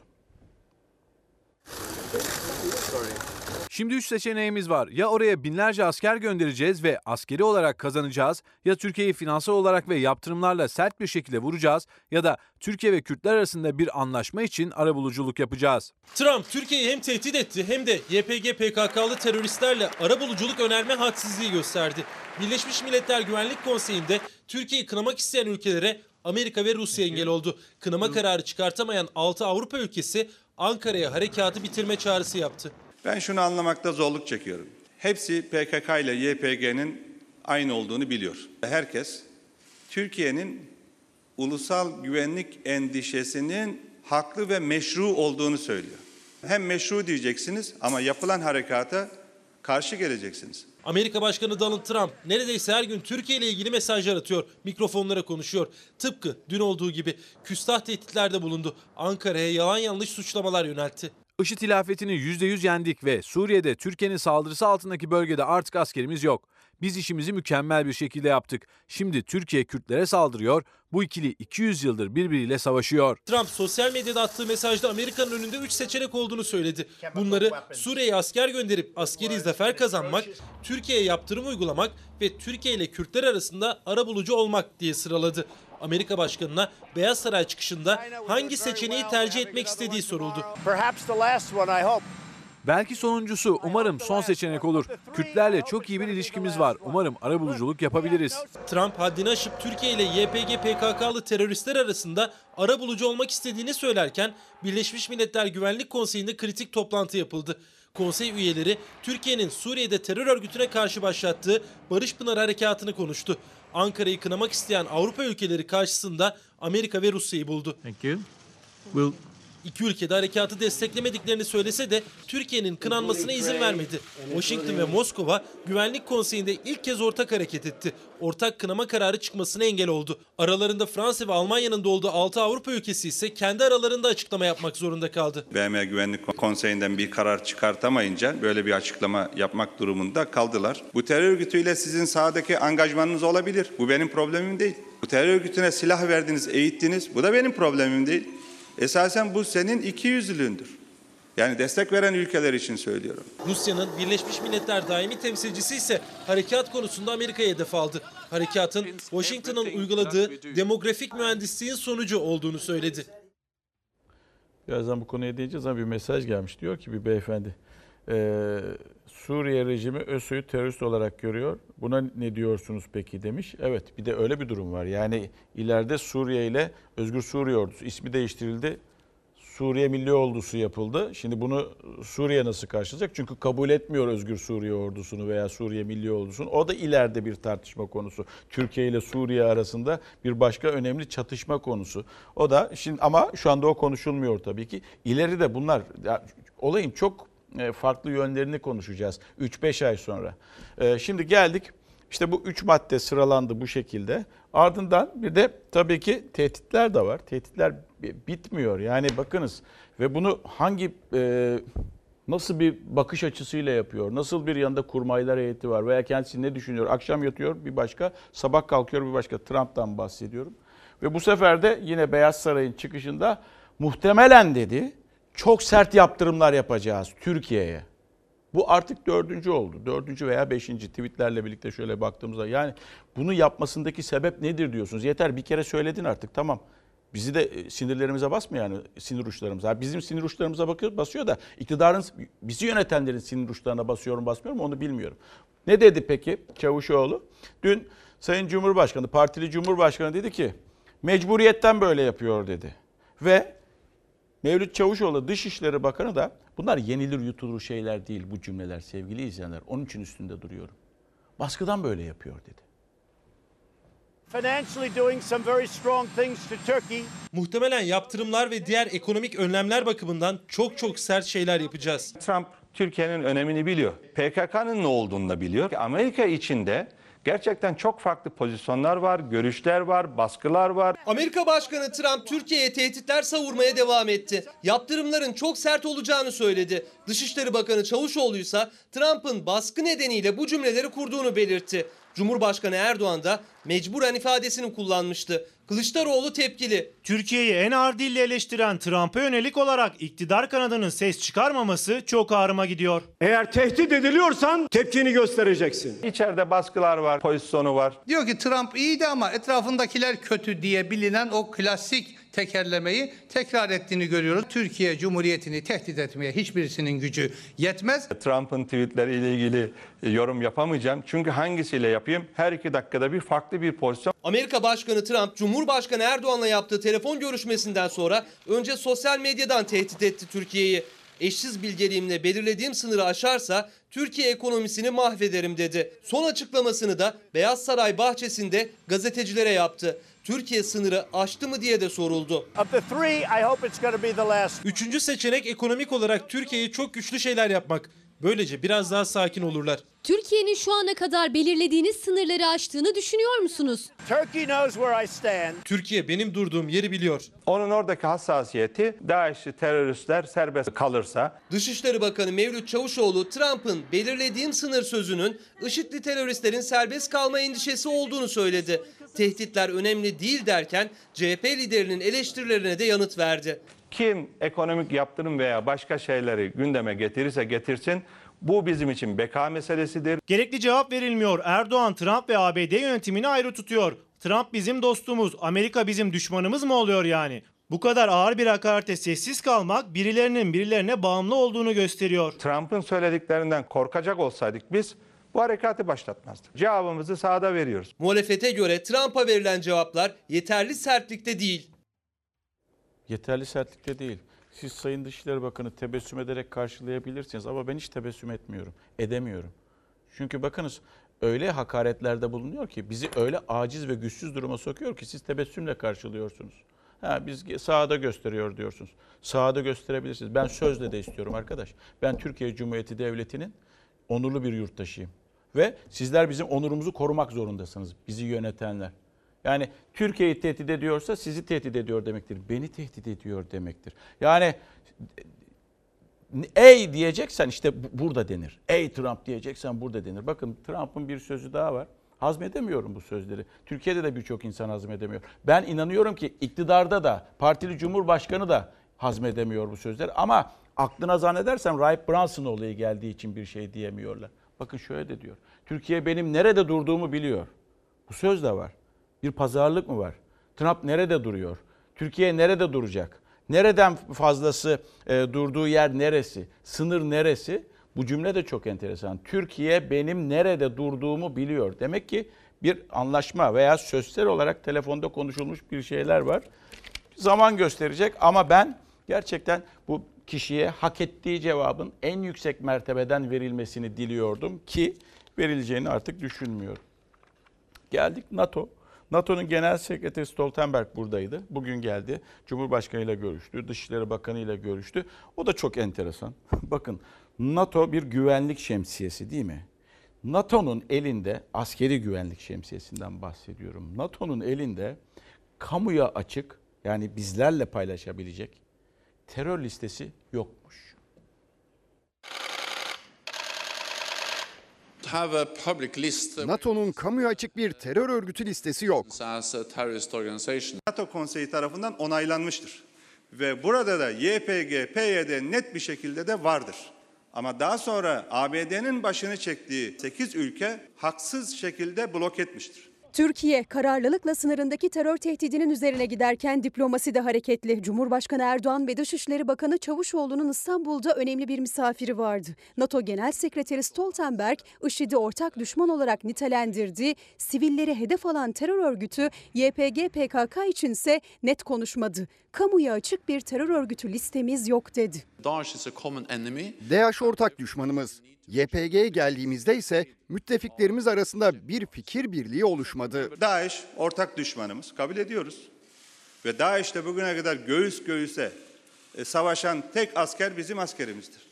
Şimdi 3 seçeneğimiz var. Ya oraya binlerce asker göndereceğiz ve askeri olarak kazanacağız, ya Türkiye'yi finansal olarak ve yaptırımlarla sert bir şekilde vuracağız ya da Türkiye ve Kürtler arasında bir anlaşma için arabuluculuk yapacağız. Trump Türkiye'yi hem tehdit etti hem de YPG PKK'lı teröristlerle arabuluculuk önerme hadsizliği gösterdi. Birleşmiş Milletler Güvenlik Konseyi'nde Türkiye'yi kınamak isteyen ülkelere Amerika ve Rusya engel oldu. Kınama kararı çıkartamayan 6 Avrupa ülkesi Ankara'ya harekatı bitirme çağrısı yaptı. Ben şunu anlamakta zorluk çekiyorum. Hepsi PKK ile YPG'nin aynı olduğunu biliyor. Herkes Türkiye'nin ulusal güvenlik endişesinin haklı ve meşru olduğunu söylüyor. Hem meşru diyeceksiniz ama yapılan harekata karşı geleceksiniz. Amerika Başkanı Donald Trump neredeyse her gün Türkiye ile ilgili mesajlar atıyor, mikrofonlara konuşuyor. Tıpkı dün olduğu gibi küstah tehditlerde bulundu. Ankara'ya yalan yanlış suçlamalar yöneltti. IŞİD hilafetini %100 yendik ve Suriye'de Türkiye'nin saldırısı altındaki bölgede artık askerimiz yok. Biz işimizi mükemmel bir şekilde yaptık. Şimdi Türkiye Kürtlere saldırıyor, bu ikili 200 yıldır birbiriyle savaşıyor. Trump sosyal medyada attığı mesajda Amerika'nın önünde 3 seçenek olduğunu söyledi. Bunları Suriye'ye asker gönderip askeri zafer kazanmak, Türkiye'ye yaptırım uygulamak ve Türkiye ile Kürtler arasında arabulucu olmak diye sıraladı. Amerika Başkanı'na Beyaz Saray çıkışında hangi seçeneği tercih etmek istediği soruldu. Belki sonuncusu, umarım son seçenek olur. Kürtlerle çok iyi bir ilişkimiz var. Umarım arabuluculuk yapabiliriz. Trump haddini aşıp Türkiye ile YPG PKK'lı teröristler arasında arabulucu olmak istediğini söylerken Birleşmiş Milletler Güvenlik Konseyi'nde kritik toplantı yapıldı. Konsey üyeleri Türkiye'nin Suriye'de terör örgütüne karşı başlattığı Barış Pınarı Harekatı'nı konuştu. Ankara'yı kınamak isteyen Avrupa ülkeleri karşısında Amerika ve Rusya'yı buldu. İki ülke de harekatı desteklemediklerini söylese de Türkiye'nin kınanmasına izin vermedi. Washington ve Moskova Güvenlik Konseyi'nde ilk kez ortak hareket etti. Ortak kınama kararı çıkmasına engel oldu. Aralarında Fransa ve Almanya'nın da olduğu 6 Avrupa ülkesi ise kendi aralarında açıklama yapmak zorunda kaldı. BM Güvenlik Konseyi'nden bir karar çıkartamayınca böyle bir açıklama yapmak durumunda kaldılar. Bu terör örgütüyle sizin sahadaki angajmanınız olabilir. Bu benim problemim değil. Bu terör örgütüne silah verdiniz, eğittiniz. Bu da benim problemim değil. Esasen bu senin ikiyüzlülüğündür. Yani destek veren ülkeler için söylüyorum. Rusya'nın Birleşmiş Milletler daimi temsilcisi ise harekat konusunda Amerika'ya hedef aldı. Harekatın Washington'ın uyguladığı demografik mühendisliğin sonucu olduğunu söyledi. Birazdan bu konuya değineceğiz ama bir mesaj gelmiş. Diyor ki bir beyefendi, Suriye rejimi ÖSO'yu terörist olarak görüyor. Buna ne diyorsunuz peki demiş. Evet, bir de öyle bir durum var. Yani ileride Suriye ile Özgür Suriye Ordusu ismi değiştirildi. Suriye Milli Ordusu yapıldı. Şimdi bunu Suriye nasıl karşılayacak? Çünkü kabul etmiyor Özgür Suriye Ordusu'nu veya Suriye Milli Ordusu'nu. O da ileride bir tartışma konusu. Türkiye ile Suriye arasında bir başka önemli çatışma konusu. O da şimdi ama şu anda o konuşulmuyor tabii ki. İleride bunlar olayın çok farklı yönlerini konuşacağız 3-5 ay sonra. Şimdi geldik. İşte bu 3 madde sıralandı bu şekilde. Ardından bir de tabii ki tehditler de var. Tehditler bitmiyor. Yani bakınız ve bunu hangi nasıl bir bakış açısıyla yapıyor? Nasıl bir yanında kurmaylar heyeti var veya kendisi ne düşünüyor? Akşam yatıyor bir başka, sabah kalkıyor bir başka. Trump'tan bahsediyorum. Ve bu sefer de yine Beyaz Saray'ın çıkışında muhtemelen dedi çok sert yaptırımlar yapacağız Türkiye'ye. Bu artık 4. oldu. 4. veya 5. tweetlerle birlikte şöyle baktığımızda yani bunu yapmasındaki sebep nedir diyorsunuz? Yeter bir kere söyledin artık tamam. Bizi de sinirlerimize basmıyor yani sinir uçlarımıza. Bizim sinir uçlarımıza basıyor da iktidarın bizi yönetenlerin sinir uçlarına basıyorum basmıyorum onu bilmiyorum. Ne dedi peki Çavuşoğlu? Dün Sayın Cumhurbaşkanı, partili Cumhurbaşkanı dedi ki mecburiyetten böyle yapıyor dedi. Ve Mevlüt Çavuşoğlu Dışişleri Bakanı da bunlar yenilir yutulur şeyler değil bu cümleler sevgili izleyenler. Onun için üstünde duruyorum. Baskıdan böyle yapıyor dedi. Muhtemelen yaptırımlar ve diğer ekonomik önlemler bakımından çok sert şeyler yapacağız. Trump Türkiye'nin önemini biliyor. PKK'nın ne olduğunu da biliyor. Amerika içinde gerçekten çok farklı pozisyonlar var, görüşler var, baskılar var. Amerika Başkanı Trump Türkiye'ye tehditler savurmaya devam etti. Yaptırımların çok sert olacağını söyledi. Dışişleri Bakanı Çavuşoğlu ise Trump'ın baskı nedeniyle bu cümleleri kurduğunu belirtti. Cumhurbaşkanı Erdoğan da mecburen ifadesini kullanmıştı. Kılıçdaroğlu tepkili. Türkiye'yi en ağır dille eleştiren Trump'a yönelik olarak iktidar kanadının ses çıkarmaması çok ağrıma gidiyor. Eğer tehdit ediliyorsan tepkini göstereceksin. İçeride baskılar var, pozisyonu var. Diyor ki Trump iyiydi ama etrafındakiler kötü diye bilinen o klasik tekerlemeyi tekrar ettiğini görüyoruz. Türkiye Cumhuriyeti'ni tehdit etmeye hiçbirisinin gücü yetmez. Trump'ın tweetleriyle ilgili yorum yapamayacağım. Çünkü hangisiyle yapayım? Her 2 dakikada bir farklı bir pozisyon. Amerika Başkanı Trump, Cumhurbaşkanı Erdoğan'la yaptığı telefon görüşmesinden sonra önce sosyal medyadan tehdit etti Türkiye'yi. Eşsiz bilgeliğimle belirlediğim sınırı aşarsa Türkiye ekonomisini mahvederim dedi. Son açıklamasını da Beyaz Saray bahçesinde gazetecilere yaptı. Türkiye sınırı aştı mı diye de soruldu. Üçüncü seçenek ekonomik olarak Türkiye'ye çok güçlü şeyler yapmak. Böylece biraz daha sakin olurlar. Türkiye'nin şu ana kadar belirlediğiniz sınırları aştığını düşünüyor musunuz? Türkiye benim durduğum yeri biliyor. Onun oradaki hassasiyeti DAEŞ'li teröristler serbest kalırsa. Dışişleri Bakanı Mevlüt Çavuşoğlu Trump'ın belirlediğim sınır sözünün IŞİD'li teröristlerin serbest kalma endişesi olduğunu söyledi. Tehditler önemli değil derken CHP liderinin eleştirilerine de yanıt verdi. Kim ekonomik yaptırım veya başka şeyleri gündeme getirirse getirsin bu bizim için beka meselesidir. Gerekli cevap verilmiyor. Erdoğan, Trump ve ABD yönetimini ayrı tutuyor. Trump bizim dostumuz, Amerika bizim düşmanımız mı oluyor yani? Bu kadar ağır bir hakarete sessiz kalmak birilerinin birilerine bağımlı olduğunu gösteriyor. Trump'ın söylediklerinden korkacak olsaydık biz bu harekatı başlatmazdık. Cevabımızı sahada veriyoruz. Muhalefete göre Trump'a verilen cevaplar yeterli sertlikte değil. Yeterli sertlikte değil. siz Sayın Dışişleri Bakanı tebessüm ederek karşılayabilirsiniz ama ben hiç tebessüm etmiyorum, edemiyorum. Çünkü bakınız öyle hakaretlerde bulunuyor ki bizi öyle aciz ve güçsüz duruma sokuyor ki siz tebessümle karşılıyorsunuz. Biz sahada gösteriyor diyorsunuz. Sahada gösterebilirsiniz. Ben sözle de istiyorum arkadaş. Ben Türkiye Cumhuriyeti Devleti'nin onurlu bir yurttaşıyım. Ve sizler bizim onurumuzu korumak zorundasınız. Bizi yönetenler. Yani Türkiye'yi tehdit ediyorsa sizi tehdit ediyor demektir. Beni tehdit ediyor demektir. Yani ey diyeceksen işte burada denir. Ey Trump diyeceksen burada denir. Bakın Trump'ın bir sözü daha var. Hazmedemiyorum bu sözleri. Türkiye'de de birçok insan hazmedemiyor. Ben inanıyorum ki iktidarda da partili cumhurbaşkanı da hazmedemiyor bu sözleri. Ama aklına zannedersem Rahip Brunson olayı geldiği için bir şey diyemiyorlar. Bakın şöyle de diyor. Türkiye benim nerede durduğumu biliyor. Bu söz de var. Bir pazarlık mı var? Trump nerede duruyor? Türkiye nerede duracak? Nereden fazlası durduğu yer neresi? Sınır neresi? Bu cümle de çok enteresan. Türkiye benim nerede durduğumu biliyor. Demek ki bir anlaşma veya sözler olarak telefonda konuşulmuş bir şeyler var. Zaman gösterecek ama ben gerçekten bu kişiye hak ettiği cevabın en yüksek mertebeden verilmesini diliyordum ki verileceğini artık düşünmüyorum. Geldik NATO. NATO'nun Genel Sekreteri Stoltenberg buradaydı. Bugün geldi. Cumhurbaşkanı ile görüştü. Dışişleri Bakanı ile görüştü. O da çok enteresan. Bakın NATO bir güvenlik şemsiyesi değil mi? NATO'nun elinde, askeri güvenlik şemsiyesinden bahsediyorum. NATO'nun elinde kamuya açık, yani bizlerle paylaşabilecek terör listesi yokmuş. NATO'nun kamuya açık bir terör örgütü listesi yok. NATO Konseyi tarafından onaylanmıştır. Ve burada da YPG, PYD net bir şekilde de vardır. Ama daha sonra ABD'nin başını çektiği 8 ülke haksız şekilde blok etmiştir. Türkiye kararlılıkla sınırındaki terör tehdidinin üzerine giderken diplomasi de hareketli. Cumhurbaşkanı Erdoğan ve Dışişleri Bakanı Çavuşoğlu'nun İstanbul'da önemli bir misafiri vardı. NATO Genel Sekreteri Stoltenberg, IŞİD'i ortak düşman olarak nitelendirdi. Sivilleri hedef alan terör örgütü YPG-PKK içinse net konuşmadı. Kamuya açık bir terör örgütü listemiz yok dedi. DAEŞ ortak düşmanımız. YPG'ye geldiğimizde ise müttefiklerimiz arasında bir fikir birliği oluşmadı. DAEŞ ortak düşmanımız, kabul ediyoruz. Ve DAEŞ'te bugüne kadar göğüs göğüse savaşan tek asker bizim askerimizdir.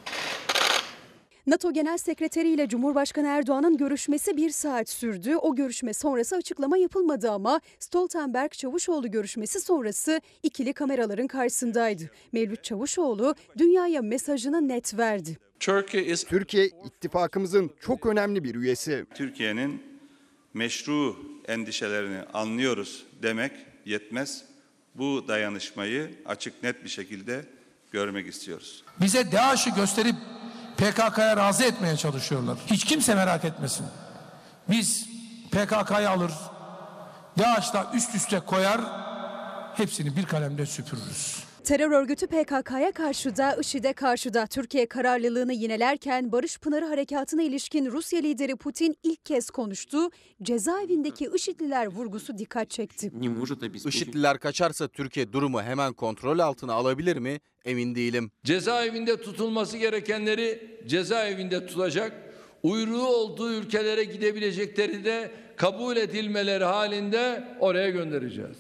NATO Genel Sekreteri ile Cumhurbaşkanı Erdoğan'ın görüşmesi 1 saat sürdü. O görüşme sonrası açıklama yapılmadı ama Stoltenberg-Çavuşoğlu görüşmesi sonrası ikili kameraların karşısındaydı. Mevlüt Çavuşoğlu dünyaya mesajını net verdi. Türkiye ittifakımızın çok önemli bir üyesi. Türkiye'nin meşru endişelerini anlıyoruz demek yetmez. Bu dayanışmayı açık net bir şekilde görmek istiyoruz. Bize DAEŞ'i gösterip PKK'ya razı etmeye çalışıyorlar. Hiç kimse merak etmesin. Biz PKK'yı alır, DAEŞ'la üst üste koyar, hepsini bir kalemde süpürürüz. Terör örgütü PKK'ya karşı da IŞİD'e karşı da Türkiye kararlılığını yinelerken Barış Pınarı Harekatı'na ilişkin Rusya lideri Putin ilk kez konuştu. Cezaevindeki IŞİD'liler vurgusu dikkat çekti. IŞİD'liler kaçarsa Türkiye durumu hemen kontrol altına alabilir mi? Emin değilim. Cezaevinde tutulması gerekenleri cezaevinde tutacak, uyruğu olduğu ülkelere gidebilecekleri de kabul edilmeleri halinde oraya göndereceğiz.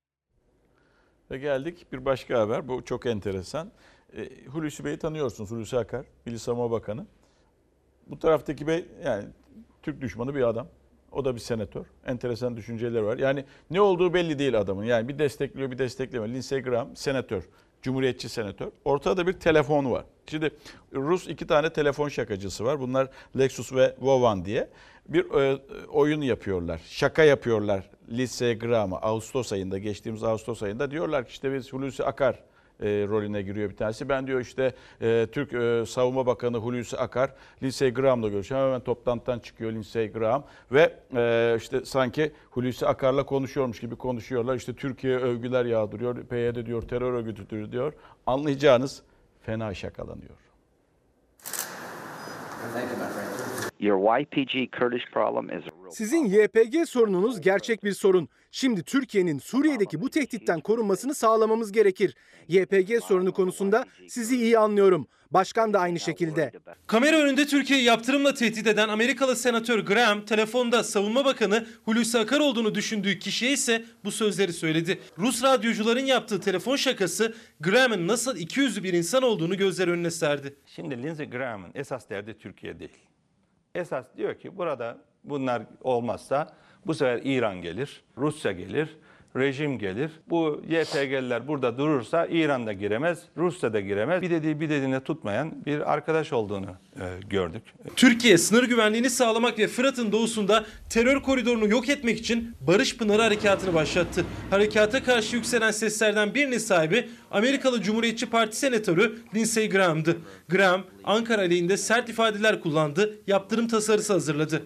Ve geldik bir başka haber. Bu çok enteresan. Hulusi Bey'i tanıyorsunuz. Hulusi Akar, Milli Savunma Bakanı. Bu taraftaki bey yani Türk düşmanı bir adam. O da bir senatör. Enteresan düşünceleri var. Yani ne olduğu belli değil adamın. Yani bir destekliyor, bir desteklemiyor. Lindsey Graham senatör. Cumhuriyetçi senatör. Ortada bir telefon var. Şimdi Rus 2 tane telefon şakacısı var. Bunlar Lexus ve Vovan diye. Bir oyun yapıyorlar. Şaka yapıyorlar Lindsey Graham'a Ağustos ayında, geçtiğimiz Ağustos ayında. Diyorlar ki işte biz Hulusi Akar rolüne giriyor bir tanesi. Ben diyor işte Türk Savunma Bakanı Hulusi Akar Lindsey Graham'la görüşüyor. Hemen toplantıdan çıkıyor Lindsey Graham ve işte sanki Hulusi Akar'la konuşuyormuş gibi konuşuyorlar. İşte Türkiye övgüler yağdırıyor. PYD diyor terör örgütüdür diyor. Anlayacağınız fena şakalanıyor. Your YPG Kurdish problem is Sizin YPG sorununuz gerçek bir sorun. Şimdi Türkiye'nin Suriye'deki bu tehditten korunmasını sağlamamız gerekir. YPG sorunu konusunda sizi iyi anlıyorum. Başkan da aynı şekilde. Kamera önünde Türkiye'yi yaptırımla tehdit eden Amerikalı senatör Graham, telefonda Savunma Bakanı Hulusi Akar olduğunu düşündüğü kişiye ise bu sözleri söyledi. Rus radyocuların yaptığı telefon şakası Graham'ın nasıl ikiyüzlü bir insan olduğunu gözler önüne serdi. Şimdi Lindsey Graham'ın esas derdi Türkiye değil. Esas diyor ki burada bunlar olmazsa bu sefer İran gelir, Rusya gelir, rejim gelir. Bu YPG'liler burada durursa İran da giremez, Rusya da giremez. Bir dediğine tutmayan bir arkadaş olduğunu gördük. Türkiye sınır güvenliğini sağlamak ve Fırat'ın doğusunda terör koridorunu yok etmek için Barış Pınarı Harekatı'nı başlattı. Harekata karşı yükselen seslerden birinin sahibi Amerikalı Cumhuriyetçi Parti senatörü Lindsey Graham'dı. Graham, Ankara aleyhinde sert ifadeler kullandı, yaptırım tasarısı hazırladı.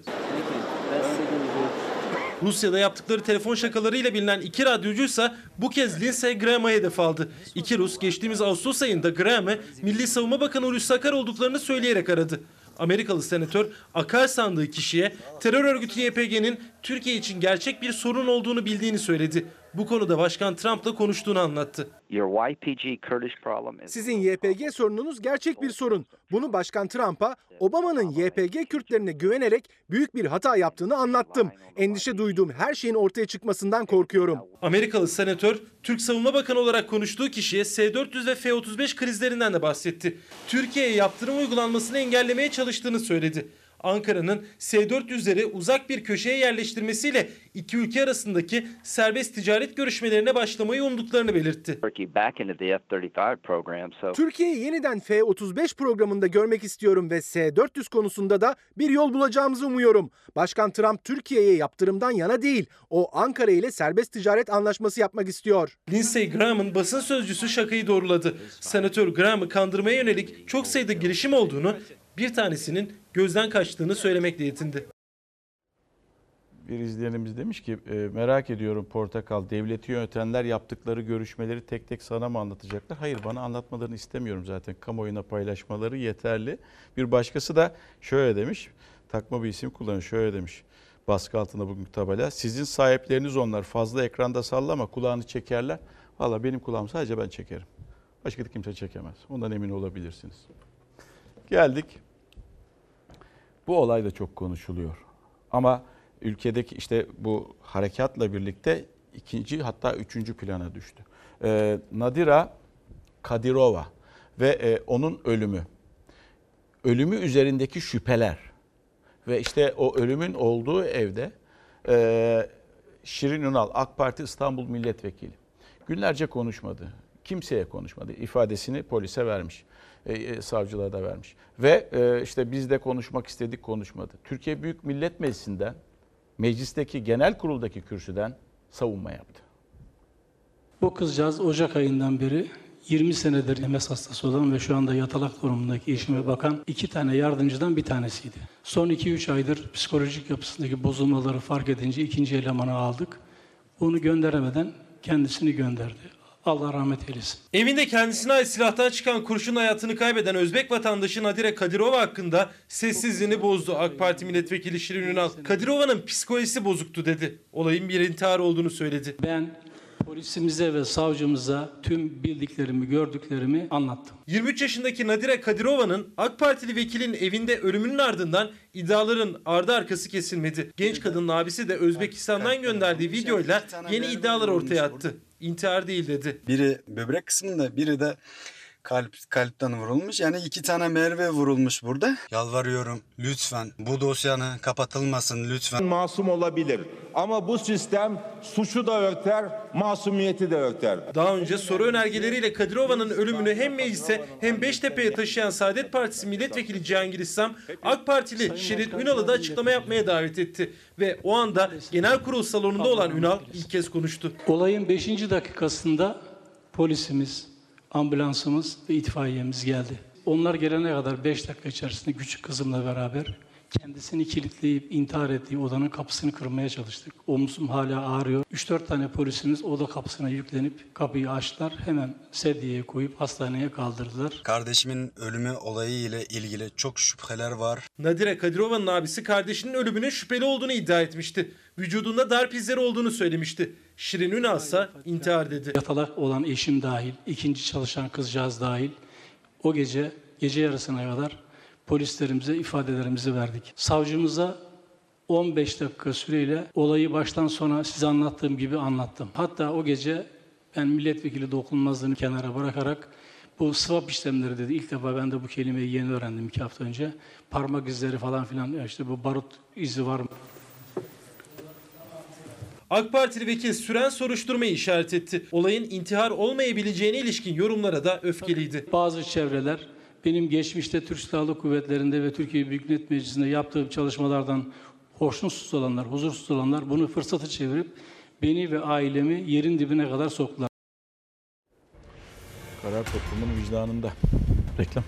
Rusya'da yaptıkları telefon şakalarıyla bilinen iki radyocuysa bu kez Lindsey Graham'a hedef aldı. İki Rus geçtiğimiz Ağustos ayında Graham'ı Milli Savunma Bakanı Hulusi Akar olduklarını söyleyerek aradı. Amerikalı senatör Akar sandığı kişiye terör örgütü YPG'nin Türkiye için gerçek bir sorun olduğunu bildiğini söyledi. Bu konuda Başkan Trump'la konuştuğunu anlattı. Sizin YPG sorununuz gerçek bir sorun. Bunu Başkan Trump'a Obama'nın YPG Kürtlerine güvenerek büyük bir hata yaptığını anlattım. Endişe duyduğum her şeyin ortaya çıkmasından korkuyorum. Amerikalı senatör Türk Savunma Bakanı olarak konuştuğu kişiye S-400 ve F-35 krizlerinden de bahsetti. Türkiye'ye yaptırım uygulanmasını engellemeye çalıştığını söyledi. Ankara'nın S-400'leri uzak bir köşeye yerleştirmesiyle iki ülke arasındaki serbest ticaret görüşmelerine başlamayı umduklarını belirtti. Türkiye'yi yeniden F-35 programında görmek istiyorum ve S-400 konusunda da bir yol bulacağımızı umuyorum. Başkan Trump Türkiye'ye yaptırımdan yana değil, o Ankara ile serbest ticaret anlaşması yapmak istiyor. Lindsey Graham'ın basın sözcüsü şakayı doğruladı. Senatör Graham'ı kandırmaya yönelik çok sayıda girişim olduğunu, bir tanesinin gözden kaçtığını söylemekle yetindi. Bir izleyenimiz demiş ki merak ediyorum Portakal, devleti yönetenler yaptıkları görüşmeleri tek tek sana mı anlatacaklar? Hayır, bana anlatmalarını istemiyorum zaten. Kamuoyuna paylaşmaları yeterli. Bir başkası da şöyle demiş, takma bir isim kullanıyor, şöyle demiş. Baskı altında bugünkü tabela. Sizin sahipleriniz onlar, fazla ekranda sallama, kulağını çekerler. Valla benim kulağım sadece ben çekerim. Başka da kimse çekemez. Ondan emin olabilirsiniz. Geldik. Bu olay da çok konuşuluyor. Ama ülkedeki işte bu harekatla birlikte ikinci hatta üçüncü plana düştü. Nadira Kadirova ve onun ölümü. Ölümü üzerindeki şüpheler. Ve işte o ölümün olduğu evde Şirin Ünal, AK Parti İstanbul Milletvekili. Günlerce konuşmadı. Kimseye konuşmadı. İfadesini polise vermiş. Savcılığa da vermiş. Ve işte biz de konuşmak istedik, konuşmadı. Türkiye Büyük Millet Meclisi'nden, meclisteki genel kuruldaki kürsüden savunma yaptı. Bu kızcağız Ocak ayından beri 20 senedir MS hastası olan ve şu anda yatalak durumundaki eşime bakan 2 tane yardımcıdan bir tanesiydi. Son 2-3 aydır psikolojik yapısındaki bozulmaları fark edince ikinci elemanı aldık. Bunu gönderemeden kendisini gönderdi. Allah rahmet eylesin. Evinde kendisine ait silahtan çıkan kurşun hayatını kaybeden Özbek vatandaşı Nadire Kadirova hakkında sessizliğini bozdu AK Parti milletvekili Şirin Ünal. Kadirova'nın psikolojisi bozuktu dedi. Olayın bir intihar olduğunu söyledi. Ben polisimize ve savcımıza tüm bildiklerimi, gördüklerimi anlattım. 23 yaşındaki Nadire Kadirova'nın AK Partili vekilin evinde ölümünün ardından iddiaların ardı arkası kesilmedi. Genç kadının abisi de Özbekistan'dan gönderdiği videoyla yeni iddialar ortaya attı. İntihar değil dedi. Biri böbrek kısmında, biri de kalpten vurulmuş. Yani 2 tane merve vurulmuş burada. Yalvarıyorum lütfen bu dosyanın kapatılmasın lütfen. Masum olabilir ama bu sistem suçu da örter, masumiyeti de örter. Daha önce soru önergeleriyle Kadirova'nın ölümünü hem meclise hem Beştepe'ye taşıyan Saadet Partisi milletvekili Cihangir İslam, AK Partili Şirin Ünal'ı da açıklama yapmaya davet etti. Ve o anda genel kurul salonunda olan Ünal ilk kez konuştu. Olayın 5. dakikasında polisimiz, ambulansımız ve itfaiyemiz geldi. Onlar gelene kadar 5 dakika içerisinde küçük kızımla beraber Kendisini kilitleyip intihar ettiği odanın kapısını kırmaya çalıştık. Omzum hala ağrıyor. 3-4 tane polisimiz oda kapısına yüklenip kapıyı açtılar. Hemen sedyeye koyup hastaneye kaldırdılar. Kardeşimin ölümü olayı ile ilgili çok şüpheler var. Nadire Kadirova'nın abisi kardeşinin ölümünün şüpheli olduğunu iddia etmişti. Vücudunda darp izleri olduğunu söylemişti. Şirin Ünal ise intihar dedi. Yatalak olan eşim dahil, ikinci çalışan kızcağız dahil o gece yarısına kadar polislerimize ifadelerimizi verdik. Savcımıza 15 dakika süreyle olayı baştan sona size anlattığım gibi anlattım. Hatta o gece ben milletvekili dokunulmazlığını kenara bırakarak bu swap işlemleri dedi. İlk defa ben de bu kelimeyi yeni öğrendim 2 hafta önce. Parmak izleri falan filan işte bu barut izi var mı? AK Partili vekil süren soruşturmayı işaret etti. Olayın intihar olmayabileceğine ilişkin yorumlara da öfkeliydi. Bazı çevreler benim geçmişte Türk Silahlı Kuvvetleri'nde ve Türkiye Büyük Millet Meclisi'nde yaptığım çalışmalardan hoşnutsuz olanlar, huzursuz olanlar bunu fırsatı çevirip beni ve ailemi yerin dibine kadar soktular. Karar toplumun vicdanında. Reklam.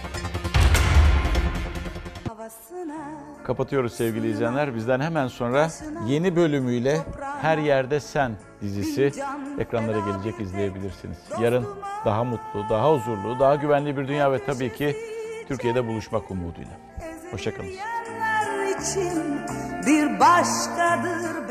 Kapatıyoruz sevgili izleyenler. Bizden hemen sonra yeni bölümüyle Her Yerde Sen dizisi ekranlara gelecek, izleyebilirsiniz. Yarın daha mutlu, daha huzurlu, daha güvenli bir dünya ve tabii ki Türkiye'de buluşmak umuduyla. Hoşça kalın. Bir başkadır